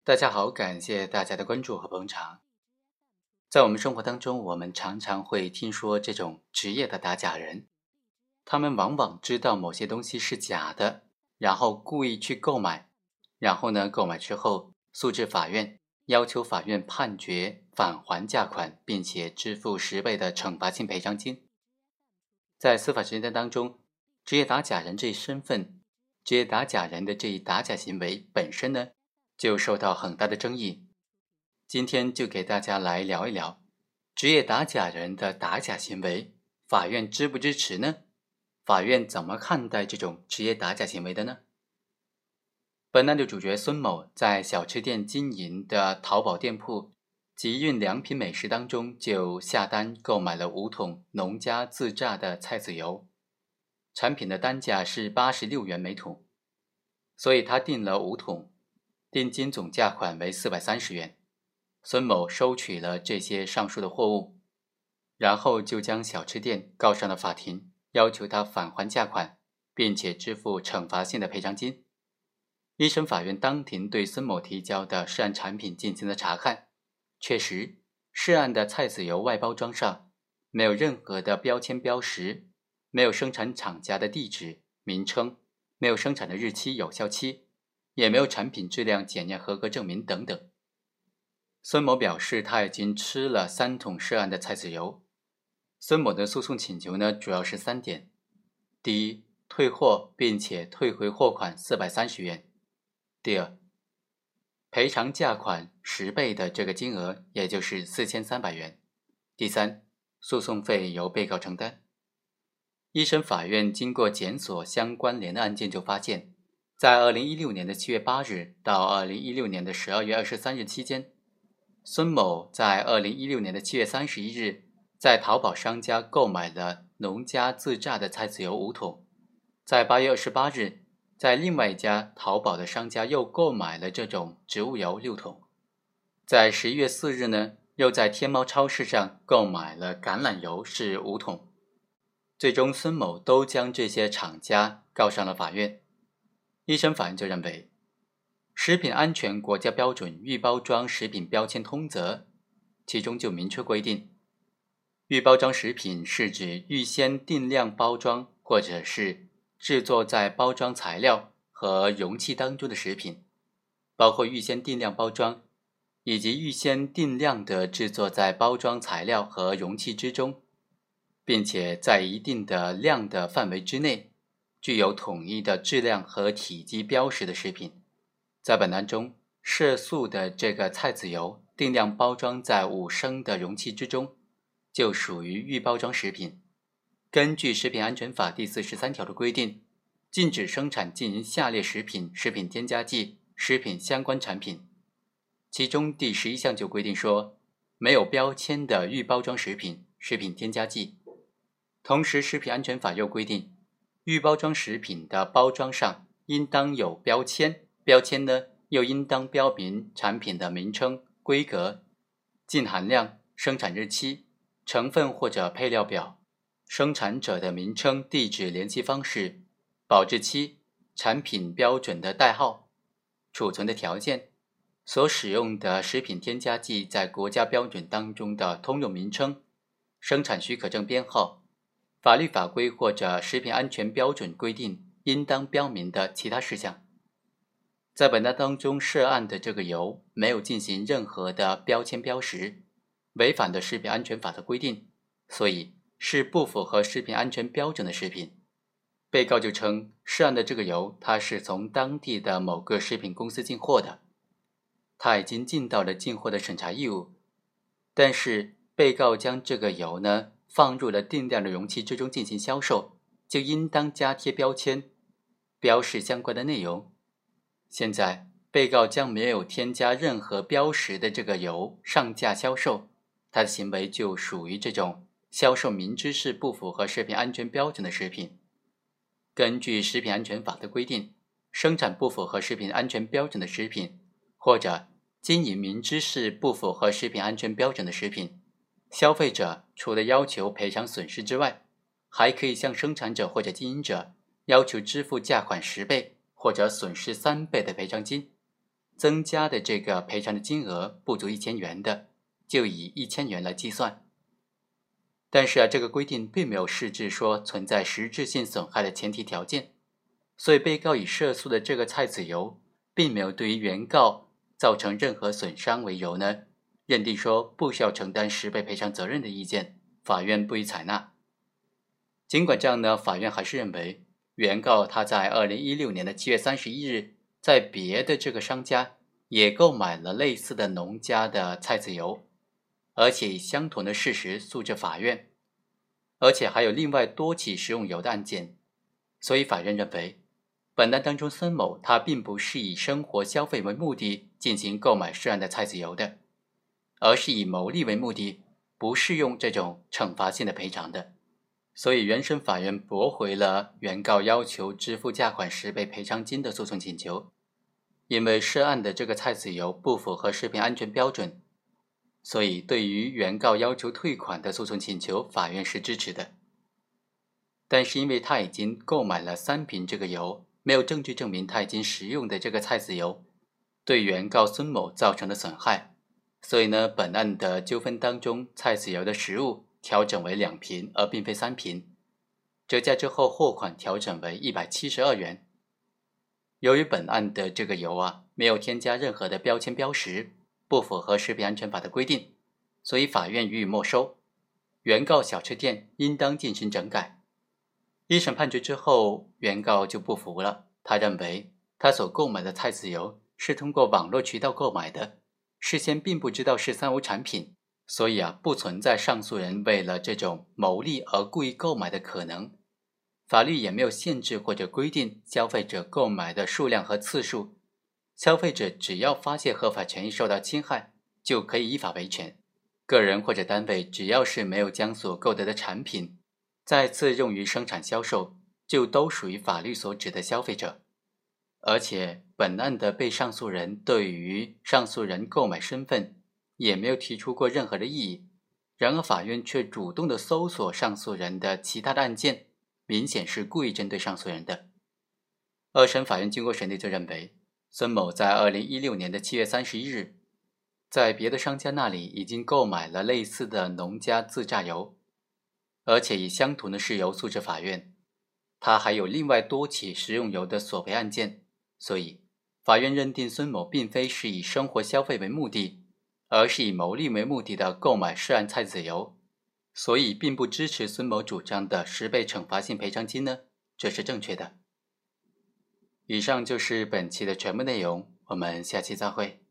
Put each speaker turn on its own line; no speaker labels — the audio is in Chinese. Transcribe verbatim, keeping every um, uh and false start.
大家好，感谢大家的关注和捧场。在我们生活当中，我们常常会听说这种职业的打假人，他们往往知道某些东西是假的，然后故意去购买，然后呢，购买之后诉至法院，要求法院判决返还价款，并且支付十倍的惩罚性赔偿金。在司法实践当中，职业打假人这一身份，职业打假人的这一打假行为本身呢，就受到很大的争议。今天就给大家来聊一聊职业打假人的打假行为，法院支不支持呢？法院怎么看待这种职业打假行为的呢？本案的主角孙某在小吃店经营的淘宝店铺集运良品美食当中，就下单购买了五桶农家自榨的菜籽油，产品的单价是八十六元每桶，所以他订了五桶，定金总价款为四百三十元。孙某收取了这些上述的货物，然后就将小吃店告上了法庭，要求他返还价款，并且支付惩罚性的赔偿金。一审法院当庭对孙某提交的涉案产品进行了查看，确实，涉案的菜籽油外包装上没有任何的标签标识，没有生产厂家的地址、名称，没有生产的日期、有效期，也没有产品质量检验合格证明等等。孙某表示，他已经吃了三桶涉案的菜籽油。孙某的诉讼请求呢，主要是三点：第一，退货并且退回货款四百三十元；第二，赔偿价款十倍的这个金额，也就是四千三百元；第三，诉讼费由被告承担。一审法院经过检索相关联的案件，就发现，在二零一六年的七月八日到二零一六年的十二月二十三日期间，孙某在二零一六年的七月三十一日，在淘宝商家购买了农家自榨的菜籽油五桶，在八月二十八日，在另外一家淘宝的商家又购买了这种植物油六桶，在十一月四日呢，又在天猫超市上购买了橄榄油是五桶。最终孙某都将这些厂家告上了法院。一审法院就认为，食品安全国家标准预包装食品标签通则其中就明确规定，预包装食品是指预先定量包装或者是制作在包装材料和容器当中的食品，包括预先定量包装以及预先定量的制作在包装材料和容器之中，并且在一定的量的范围之内，具有统一的质量和体积标识的食品。在本案中，涉诉的这个菜籽油定量包装在五升的容器之中，就属于预包装食品。根据食品安全法第四十三条的规定，禁止生产经营下列食品、食品添加剂、食品相关产品。其中第十一项就规定说，没有标签的预包装食品、食品添加剂。同时，食品安全法又规定，预包装食品的包装上应当有标签，标签呢又应当标明产品的名称、规格、净含量、生产日期、成分或者配料表、生产者的名称、地址、联系方式、保质期、产品标准的代号、储存的条件、所使用的食品添加剂在国家标准当中的通用名称、生产许可证编号、法律法规或者食品安全标准规定应当标明的其他事项。在本案当中，涉案的这个油没有进行任何的标签标识，违反了食品安全法的规定，所以是不符合食品安全标准的食品。被告就称，涉案的这个油它是从当地的某个食品公司进货的，他已经尽到了进货的审查义务，但是被告将这个油呢放入了定量的容器之中进行销售，就应当加贴标签，标示相关的内容。现在被告将没有添加任何标识的这个油上架销售，他的行为就属于这种销售明知是不符合食品安全标准的食品。根据食品安全法的规定，生产不符合食品安全标准的食品，或者经营明知是不符合食品安全标准的食品，消费者除了要求赔偿损失之外，还可以向生产者或者经营者要求支付价款十倍或者损失三倍的赔偿金。 增加的这个赔偿的金额不足一千元的，就以一千元来计算。但是啊，这个规定并没有设置说存在实质性损害的前提条件，所以被告以涉诉的这个菜籽油并没有对于原告造成任何损伤为由呢，认定说不需要承担十倍赔偿责任的意见，法院不予采纳。尽管这样呢，法院还是认为原告他在二零一六年的七月三十一日在别的这个商家也购买了类似的农家的菜籽油，而且以相同的事实诉至法院，而且还有另外多起食用油的案件，所以法院认为本案当中孙某他并不是以生活消费为目的进行购买涉案的菜籽油的，而是以牟利为目的，不适用这种惩罚性的赔偿的。所以原审法院驳回了原告要求支付价款十倍赔偿金的诉讼请求，因为涉案的这个菜籽油不符合食品安全标准，所以对于原告要求退款的诉讼请求，法院是支持的。但是因为他已经购买了三瓶这个油，没有证据证明他已经食用的这个菜籽油对原告孙某造成的损害，所以呢，本案的纠纷当中菜籽油的实物调整为两瓶而并非三瓶，折价之后货款调整为一百七十二元。由于本案的这个油啊没有添加任何的标签标识，不符合食品安全法的规定，所以法院予以没收，原告小吃店应当进行整改。一审判决之后，原告就不服了，他认为他所购买的菜籽油是通过网络渠道购买的，事先并不知道是三无产品，所以啊，不存在上诉人为了这种牟利而故意购买的可能。法律也没有限制或者规定消费者购买的数量和次数，消费者只要发现合法权益受到侵害，就可以依法维权。个人或者单位只要是没有将所购得的产品再次用于生产销售，就都属于法律所指的消费者。而且本案的被上诉人对于上诉人购买身份也没有提出过任何的异议，然而法院却主动的搜索上诉人的其他的案件，明显是故意针对上诉人的。二审法院经过审理就认为，孙某在二零一六年的七月三十一日在别的商家那里已经购买了类似的农家自榨油，而且以相同的事由诉至法院，他还有另外多起食用油的索赔案件，所以法院认定孙某并非是以生活消费为目的，而是以牟利为目的的购买涉案菜籽油，所以并不支持孙某主张的十倍惩罚性赔偿金呢，这是正确的。以上就是本期的全部内容，我们下期再会。